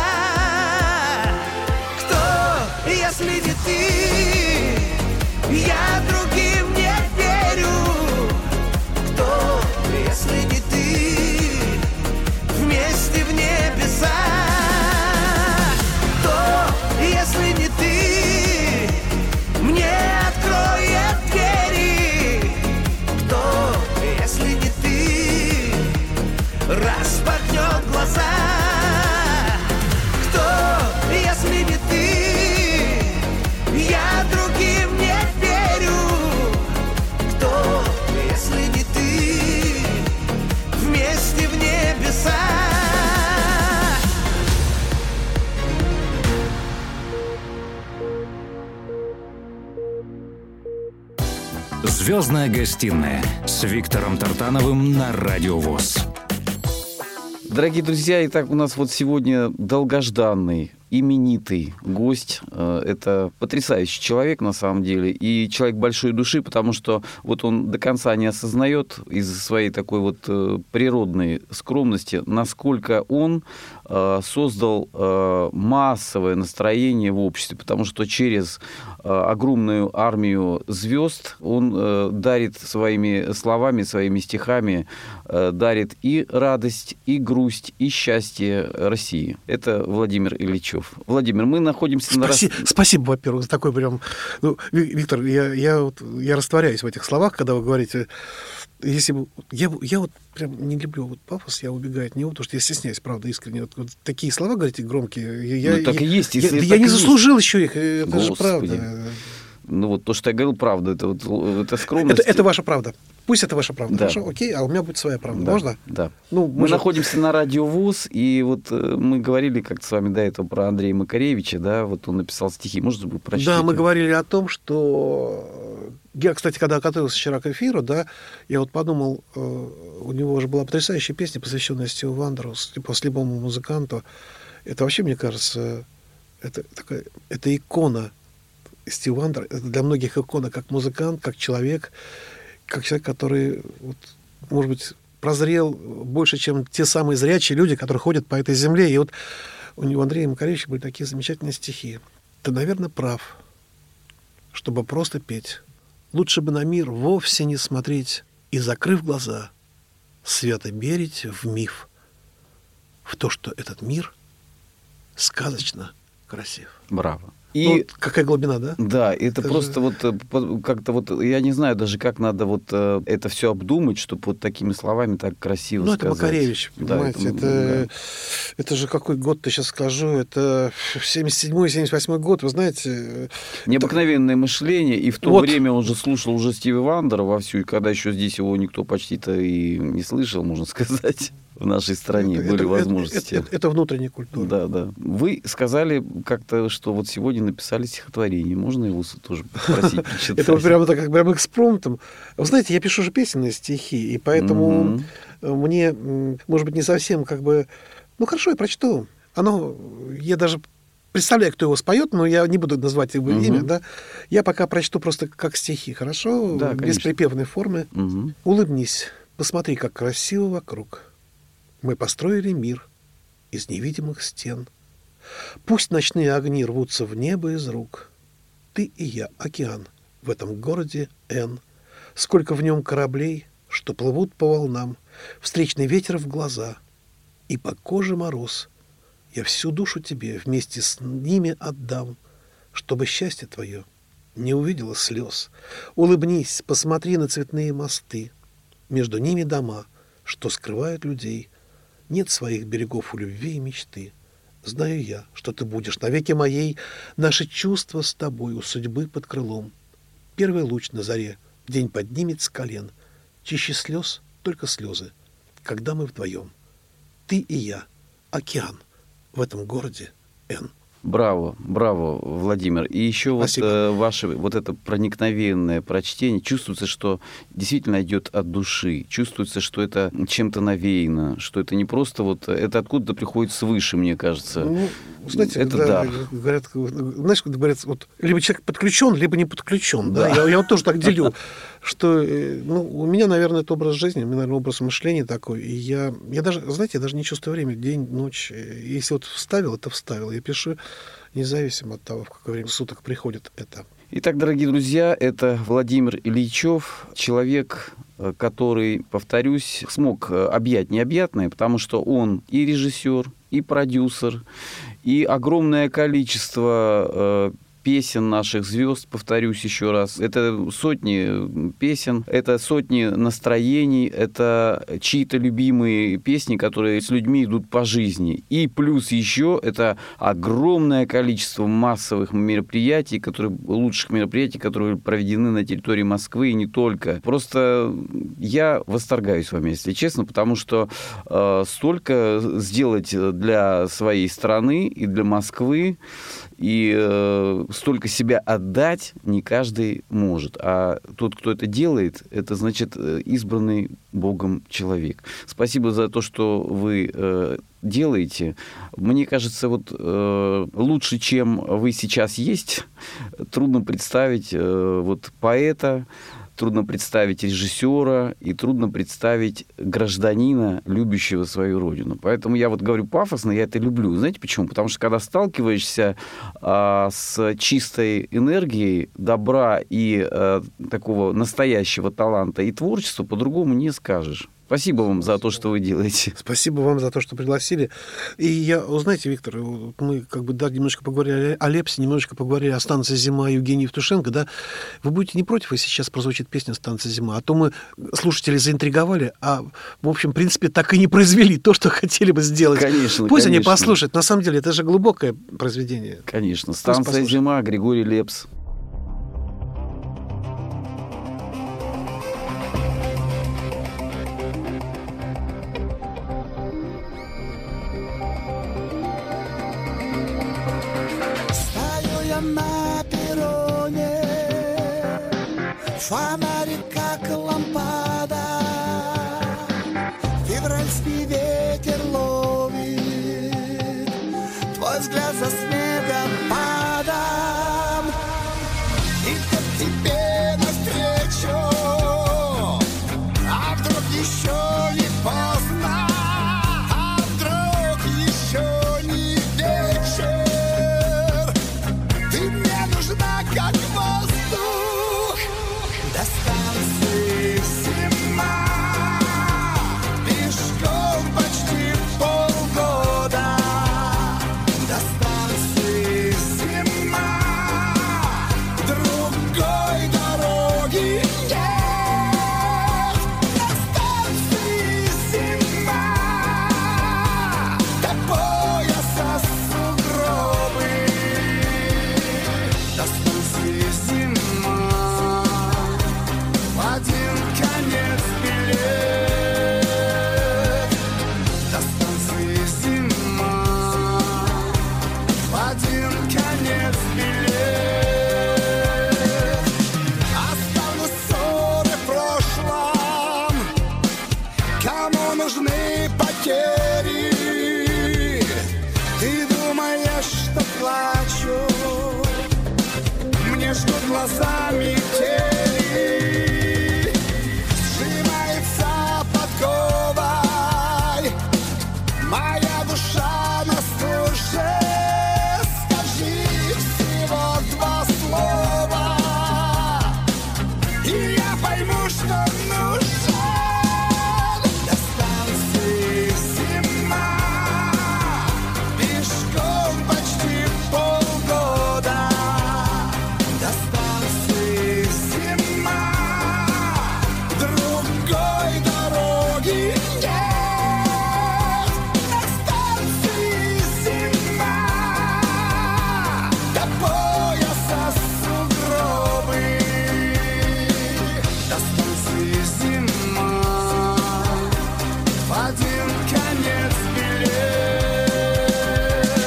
Кто, если не ты, я другим не верю? Кто, если не ты, вместе в небеса? Кто, если не ты, мне откроет двери? Кто, если не ты, распахнет глаза? Кто, если не ты, я другим не верю? Кто, если не ты, вместе в небеса? «Звездная гостиная» с Виктором Тартановым на Радио ВОС. Дорогие друзья, итак, у нас вот сегодня долгожданный, именитый гость. Это потрясающий человек, на самом деле, и человек большой души, потому что вот он до конца не осознает из-за своей такой вот природной скромности, насколько он создал массовое настроение в обществе, потому что через огромную армию звезд он дарит своими словами, своими стихами, дарит и радость, и грусть, и счастье России. Это Владимир Ильичев. Владимир, мы находимся на... Спасибо, во-первых, за такой прям... Ну, Виктор, я растворяюсь в этих словах, когда вы говорите... Если бы... Я вот прям не люблю вот пафос, я убегаю от него, потому что я стесняюсь, правда, искренне. Вот такие слова говорите громкие. Так и есть. Я не заслужил еще их, это же правда. Ну вот то, что я говорил, правда, это скромность. Это ваша правда. Пусть это ваша правда. Да. Хорошо, окей, а у меня будет своя правда. Да. Можно? Да. Ну, мы находимся на Радио ВОС, и вот мы говорили как-то с вами до этого про Андрея Макаревича, да, вот он написал стихи. Может быть, прочтите? Да, мы говорили о том, что... Я, кстати, когда готовился вчера к эфиру, да, я вот подумал, у него же была потрясающая песня, посвященная Стиву Вандеру, слепому музыканту. Это вообще, мне кажется, это икона Стив Вандер. Это для многих икона как музыкант, как человек, который, вот, может быть, прозрел больше, чем те самые зрячие люди, которые ходят по этой земле. И вот у него, Андрея Макаревича, были такие замечательные стихи. Ты, наверное, прав, чтобы просто петь. Лучше бы на мир вовсе не смотреть и, закрыв глаза, свято верить в миф, в то, что этот мир сказочно красив. Браво. И ну, какая глубина, да? Да, это просто же... вот как-то вот, я не знаю даже, как надо вот это все обдумать, чтобы вот такими словами так красиво сказать. Ну, это Макаревич, понимаете, это же какой год-то сейчас скажу, это 77-78 год, вы знаете... Необыкновенное мышление, и в то время он же слушал уже Стиви Вандера вовсю, и когда еще здесь его никто почти-то и не слышал, можно сказать. в нашей стране были возможности. Это внутренняя культура. Да, да. Вы сказали как-то, что вот сегодня написали стихотворение. Можно его тоже попросить почитать? Это вот прямо так, как прямо экспромтом. Вы знаете, я пишу же песенные стихи, и поэтому мне, может быть, не совсем как бы... Ну, хорошо, я прочту. Я даже представляю, кто его споет, но я не буду назвать его имя, да. Я пока прочту просто как стихи, хорошо? Да, без припевной формы. Улыбнись, посмотри, как красиво вокруг. Мы построили мир из невидимых стен. Пусть ночные огни рвутся в небо из рук. Ты и я, океан, в этом городе Н. Сколько в нем кораблей, что плывут по волнам, встречный ветер в глаза и по коже мороз. Я всю душу тебе вместе с ними отдам, чтобы счастье твое не увидело слез. Улыбнись, посмотри на цветные мосты, между ними дома, что скрывают людей. Нет своих берегов у любви и мечты. Знаю я, что ты будешь навеки моей, наши чувства с тобой у судьбы под крылом. Первый луч на заре день поднимет с колен, чище слез только слезы, когда мы вдвоем. Ты и я, океан, в этом городе Н. Браво, браво, Владимир. И еще вот ваше вот это проникновенное прочтение. Чувствуется, что действительно идет от души. Чувствуется, что это чем-то навеяно, что это не просто вот... Это откуда-то приходит свыше, мне кажется. Ну, знаете, это дар. Говорят, знаешь, когда говорят, вот, либо человек подключен, либо не подключен. Да. Я вот тоже так делю, что у меня, наверное, это образ жизни, у меня, наверное, образ мышления такой. И я даже, знаете, я даже не чувствую время, день, ночь. Если вот вставил, это вставил. Я пишу независимо от того, в какое время суток приходит это. Итак, дорогие друзья, это Владимир Ильичев, человек, который, повторюсь, смог объять необъятное, потому что он и режиссер, и продюсер, и огромное количество песен наших звезд, повторюсь еще раз. Это сотни песен, это сотни настроений, это чьи-то любимые песни, которые с людьми идут по жизни. И плюс еще это огромное количество массовых мероприятий, лучших мероприятий, которые проведены на территории Москвы и не только. Просто я восторгаюсь вами, если честно, потому что столько сделать для своей страны и для Москвы, и столько себя отдать не каждый может. А тот, кто это делает, это значит избранный Богом человек. Спасибо за то, что вы делаете. Мне кажется, вот лучше, чем вы сейчас есть, трудно представить вот поэта, трудно представить режиссера и трудно представить гражданина, любящего свою родину. Поэтому я вот говорю пафосно, я это люблю. Знаете почему? Потому что когда сталкиваешься с чистой энергией добра и такого настоящего таланта и творчества, по-другому не скажешь. Спасибо вам за то, что вы делаете. Спасибо вам за то, что пригласили. И знаете, Виктор, мы немножко поговорили о Лепсе, немножечко поговорили о станции «Зима» Евгения Евтушенко, да? Вы будете не против, если сейчас прозвучит песня «Станция «Зима», а то мы слушателей заинтриговали, а, в общем, в принципе, так и не произвели то, что хотели бы сделать. Конечно, Пусть они послушают. На самом деле, это же глубокое произведение. Конечно. «Станция «Зима», Григорий Лепс. На перроне фонарик как лампада, февральский ветер ловит твой взгляд за снегопадом, и к тебе навстречу, а вдруг еще не поздно, а вдруг еще не вечер. Как воздух до станции «Зима», пешком почти полгода до станции глазами тени сжимается подковой моя душа на стуже. Скажи всего два слова, и я пойму, что нужен. До станции зима, пешком почти полгода. До станции зима, другой дороги нет. До станции зима, до пояса сугробы. До станции зима, в один конец билет.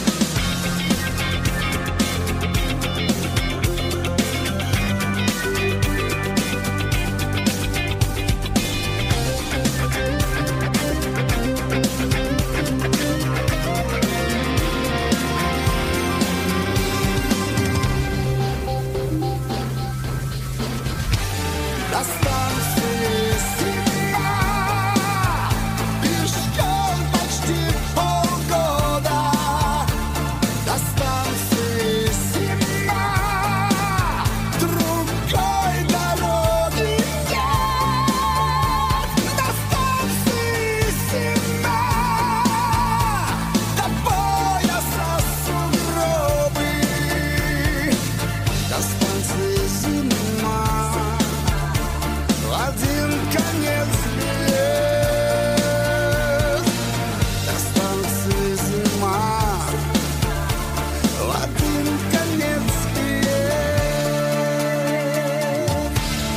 До станции зима, пешком почти полгода. До станции зима, другой дороги нет. До станции зима, до пояса сугробы. До станции зима, в один конец билет. До станции зима, в один конец билет.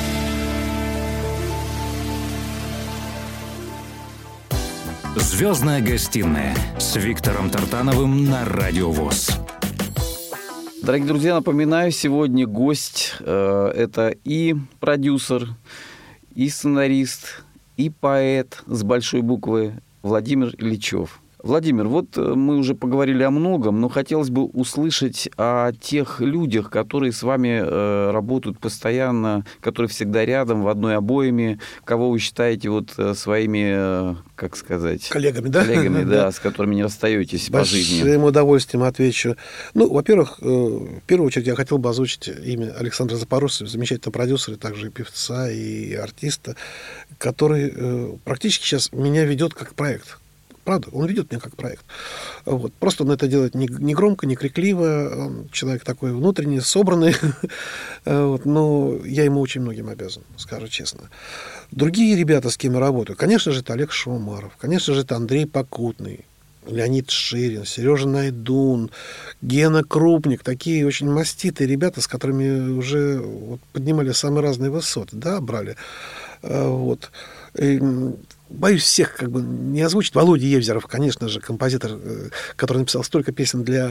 «Звездная гостиная» с Виктором Тартановым на Радио ВОС. Дорогие друзья, напоминаю, сегодня гость это и продюсер, и сценарист, и поэт с большой буквы Владимир Ильичев. Владимир, вот мы уже поговорили о многом, но хотелось бы услышать о тех людях, которые с вами работают постоянно, которые всегда рядом, в одной обойме, кого вы считаете вот своими, как сказать... Коллегами, да? Коллегами, да, с которыми не расстаетесь по жизни. С большим удовольствием отвечу. Ну, во-первых, в первую очередь я хотел бы озвучить имя Александра Запорожцева, замечательного продюсера, также и певца, и артиста, который практически сейчас меня ведет как проект. Правда, он ведет меня как проект. Вот. Просто он это делает не громко, не крикливо. Он человек такой внутренний, собранный. Вот. Но я ему очень многим обязан, скажу честно. Другие ребята, с кем я работаю, конечно же, это Олег Шумаров, конечно же, это Андрей Покутный, Леонид Ширин, Сережа Найдун, Гена Крупник. Такие очень маститые ребята, с которыми уже вот поднимали самые разные высоты, да, брали. Вот. И боюсь всех как бы не озвучить. Володя Евзеров, конечно же, композитор, который написал столько песен для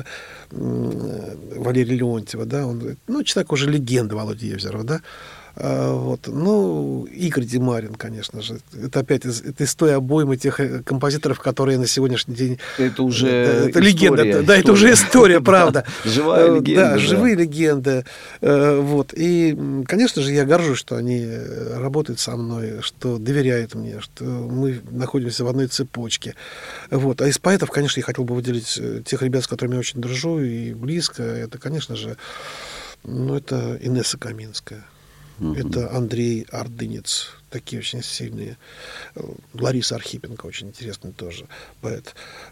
Валерия Леонтьева, да, он, ну, человек уже легенда, Володя Евзеров, да. Вот. Ну, Игорь Демарин, конечно же. Это опять из той обоймы тех композиторов, которые на сегодняшний день... Это уже это легенда. Да, история. Это уже история, правда. Живая легенда. Да, живые легенды. Вот. И, конечно же, я горжусь, что они работают со мной, что доверяют мне, что мы находимся в одной цепочке. Вот. А из поэтов, конечно, я хотел бы выделить тех ребят, с которыми я очень дружу и близко. Это, конечно же, ну, это Инесса Каминская. Это Андрей Ордынец, такие очень сильные. Лариса Архипенко, очень интересный тоже поэт.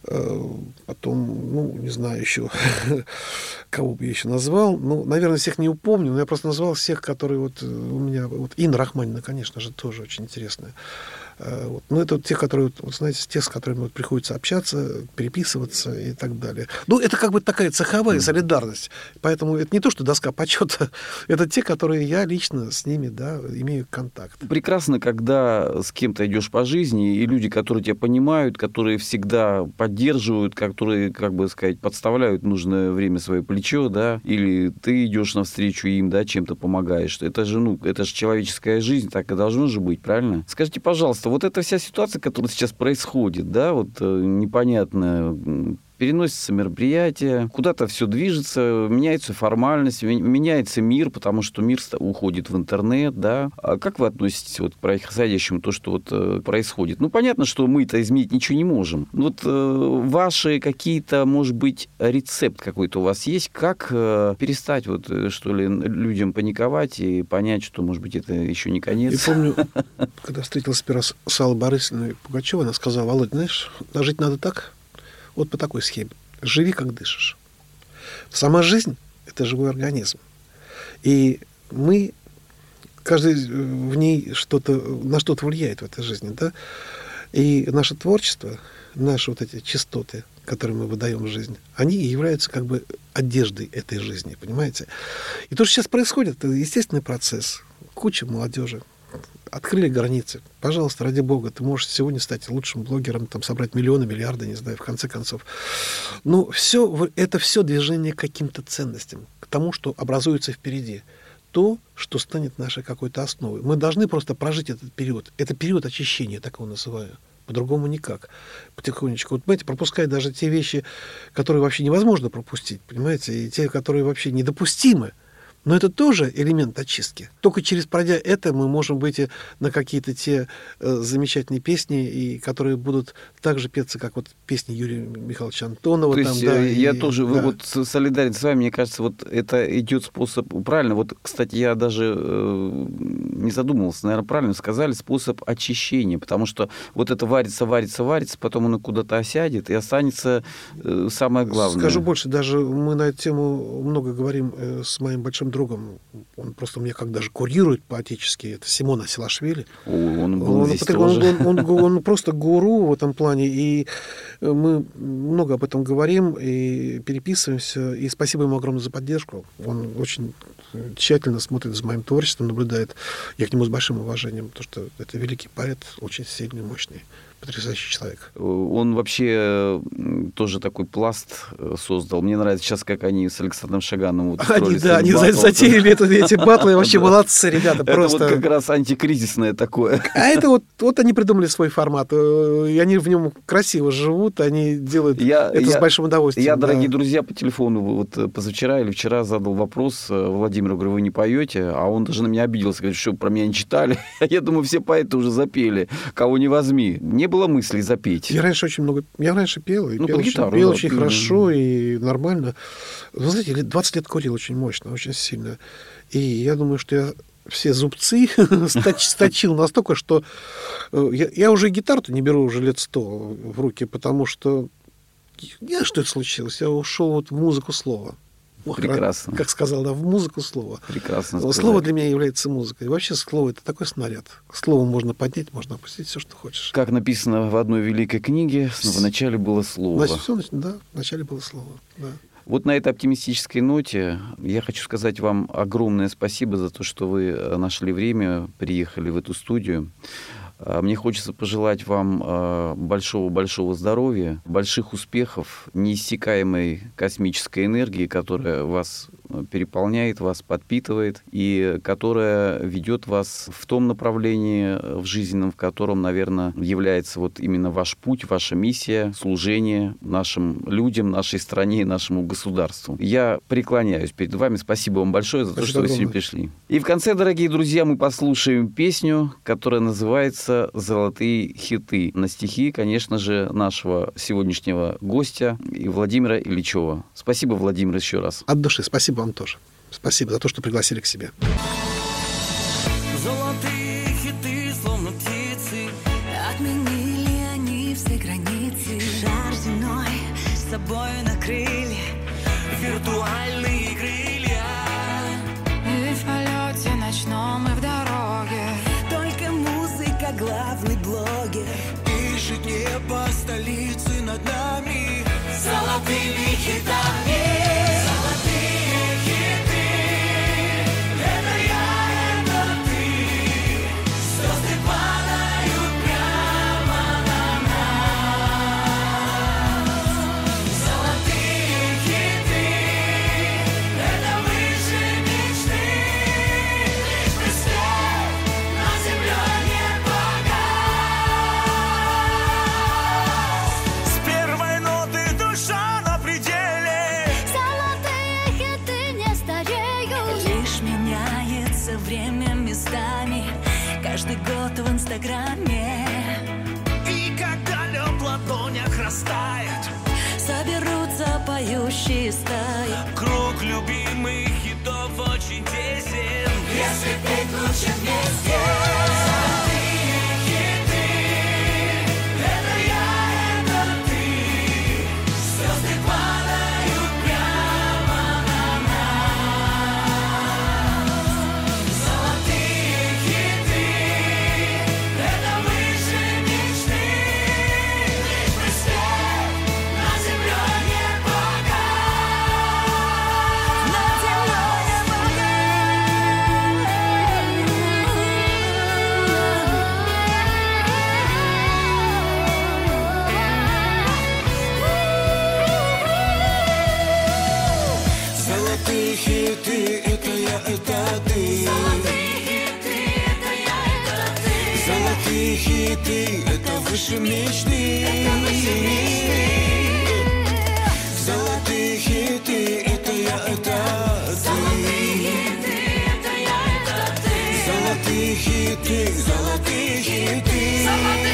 Потом, ну, не знаю еще, кого бы я еще назвал. Ну, наверное, всех не упомню, но я просто назвал всех, которые вот у меня... Вот Инна Рахманина, конечно же, тоже очень интересная. Вот. Ну, это вот те, которые, вот, знаете, те, с которыми вот приходится общаться, переписываться и так далее. Ну, это как бы такая цеховая солидарность. Поэтому это не то, что доска почета, это те, которые я лично с ними, да, имею контакт. Прекрасно, когда с кем-то идешь по жизни, и люди, которые тебя понимают, которые всегда поддерживают, которые, как бы сказать, подставляют в нужное время свое плечо, да, или ты идешь навстречу им, да, чем-то помогаешь. Это же, ну, это же человеческая жизнь, так и должно же быть, правильно? Скажите, пожалуйста, вот эта вся ситуация, которая сейчас происходит, да, вот непонятно, переносятся мероприятия, куда-то все движется, меняется формальность, меняется мир, потому что мир уходит в интернет, да. А как вы относитесь вот к происходящему, то, что вот происходит? Ну, понятно, что мы-то изменить ничего не можем. Вот ваши какие-то, может быть, рецепт какой-то у вас есть, как перестать вот, что ли, людям паниковать и понять, что, может быть, это еще не конец? Я помню, когда встретился первый раз с Аллой Борисовной Пугачевой, она сказала: Володь, знаешь, жить надо так, вот по такой схеме. Живи, как дышишь. Сама жизнь – это живой организм. И мы, каждый в ней на что-то влияет в этой жизни. Да? И наше творчество, наши вот эти частоты, которые мы выдаем в жизнь, они являются как бы одеждой этой жизни, понимаете? И то, что сейчас происходит, это естественный процесс. Куча молодежи. Открыли границы. Пожалуйста, ради бога, ты можешь сегодня стать лучшим блогером, там, собрать миллионы, миллиарды, не знаю, в конце концов. Но это все движение к каким-то ценностям, к тому, что образуется впереди. То, что станет нашей какой-то основой. Мы должны просто прожить этот период. Это период очищения, так его называю. По-другому никак. Потихонечку. Вот, понимаете, пропускать даже те вещи, которые вообще невозможно пропустить, понимаете, и те, которые вообще недопустимы. Но это тоже элемент очистки. Только пройдя это, мы можем выйти на какие-то те замечательные песни, и которые будут так же петься, как вот песни Юрия Михайловича Антонова. То там, есть да, я и, тоже да. вот солидарен с вами. Мне кажется, вот это идет способ... Правильно, вот, кстати, я даже не задумывался. Наверное, правильно сказали, способ очищения. Потому что вот это варится, потом оно куда-то осядет, и останется самое главное. Скажу больше, даже мы на эту тему много говорим с моим большим другом. Он просто меня как даже курирует по-отечески. Это Симон Асилашвили. Он был здесь тоже. Он просто гуру в этом плане. И мы много об этом говорим и переписываемся. И спасибо ему огромное за поддержку. Он очень тщательно смотрит за моим творчеством, наблюдает. Я к нему с большим уважением, потому что это великий поэт, очень сильный, мощный, потрясающий человек. Он вообще тоже такой пласт создал. Мне нравится сейчас, как они с Александром Шагановым вот они затеяли эти батлы. Вообще молодцы, ребята. Это вот как раз антикризисное такое. А это вот они придумали свой формат. И они в нем красиво живут, они делают это с большим удовольствием. Я, дорогие друзья, по телефону вот позавчера или вчера задал вопрос Владимиру, говорю, вы не поете? А он даже на меня обиделся, говорит, что про меня не читали. Я думаю, все поэты уже запели. Кого не возьми. Не было мысли запеть. Я раньше пел, и пел очень хорошо и нормально. Вы знаете, 20 лет курил очень мощно, очень сильно. И я думаю, что я все зубцы сточил настолько, что я уже гитару-то не беру уже лет 100 в руки, потому что не знаю, что это случилось. Я ушел вот в музыку слова. Прекрасно. Как сказал, да, в музыку слова. Прекрасно сказать. Слово для меня является музыкой. И вообще слово — это такой снаряд. Словом можно поднять, можно опустить все, что хочешь. Как написано в одной великой книге, в начале было слово. Значит, все, да, в начале было слово, да. Вот на этой оптимистической ноте я хочу сказать вам огромное спасибо за то, что вы нашли время, приехали в эту студию. Мне хочется пожелать вам большого-большого здоровья, больших успехов, неиссякаемой космической энергии, которая вас переполняет, вас подпитывает и которая ведет вас в том направлении в жизненном, в котором, наверное, является вот именно ваш путь, ваша миссия, служение нашим людям, нашей стране и нашему государству. Я преклоняюсь перед вами. Спасибо вам большое за то, что вы сегодня пришли. И в конце, дорогие друзья, мы послушаем песню, которая называется «Золотые хиты». На стихи, конечно же, нашего сегодняшнего гостя и Владимира Ильичева. Спасибо, Владимир, еще раз. От души. Спасибо вам тоже. Спасибо за то, что пригласили к себе. Золотые хиты, словно птицы, отменили они все границы. Шар земной с собой накрыли виртуальные крылья. И в полете ночном, и в дороге только музыка главный блогер. Пишет небо столицы над нами Золотыми хитами. с первой инстаграме. И когда лед в ладонях растает, Соберутся поющие стаи. круг любимых хитов очень тесен. Если петь лучше вместе. Золотые хиты, это я, это ты. Звезды падают прямо на нас. Золотые хиты, это выше мечты. Лишь присвет на земле не погас. Над землей не Золотые хиты, это я, это ты. Золотые хиты, это выше мечты. Золотые хиты, это я, это ты. Золотые хиты, золотые хиты.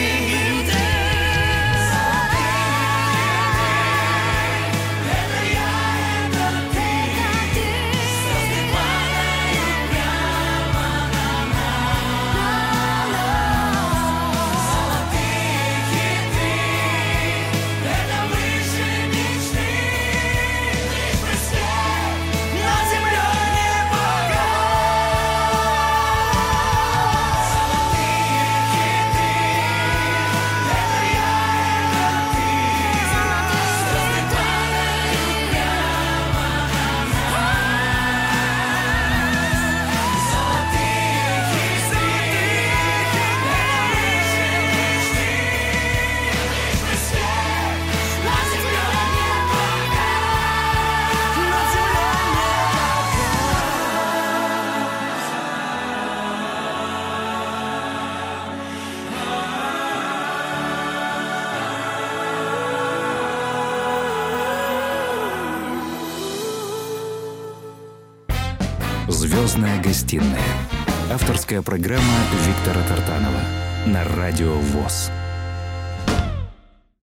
«Звездная гостиная». Авторская программа Виктора Тартанова на Радио ВОС.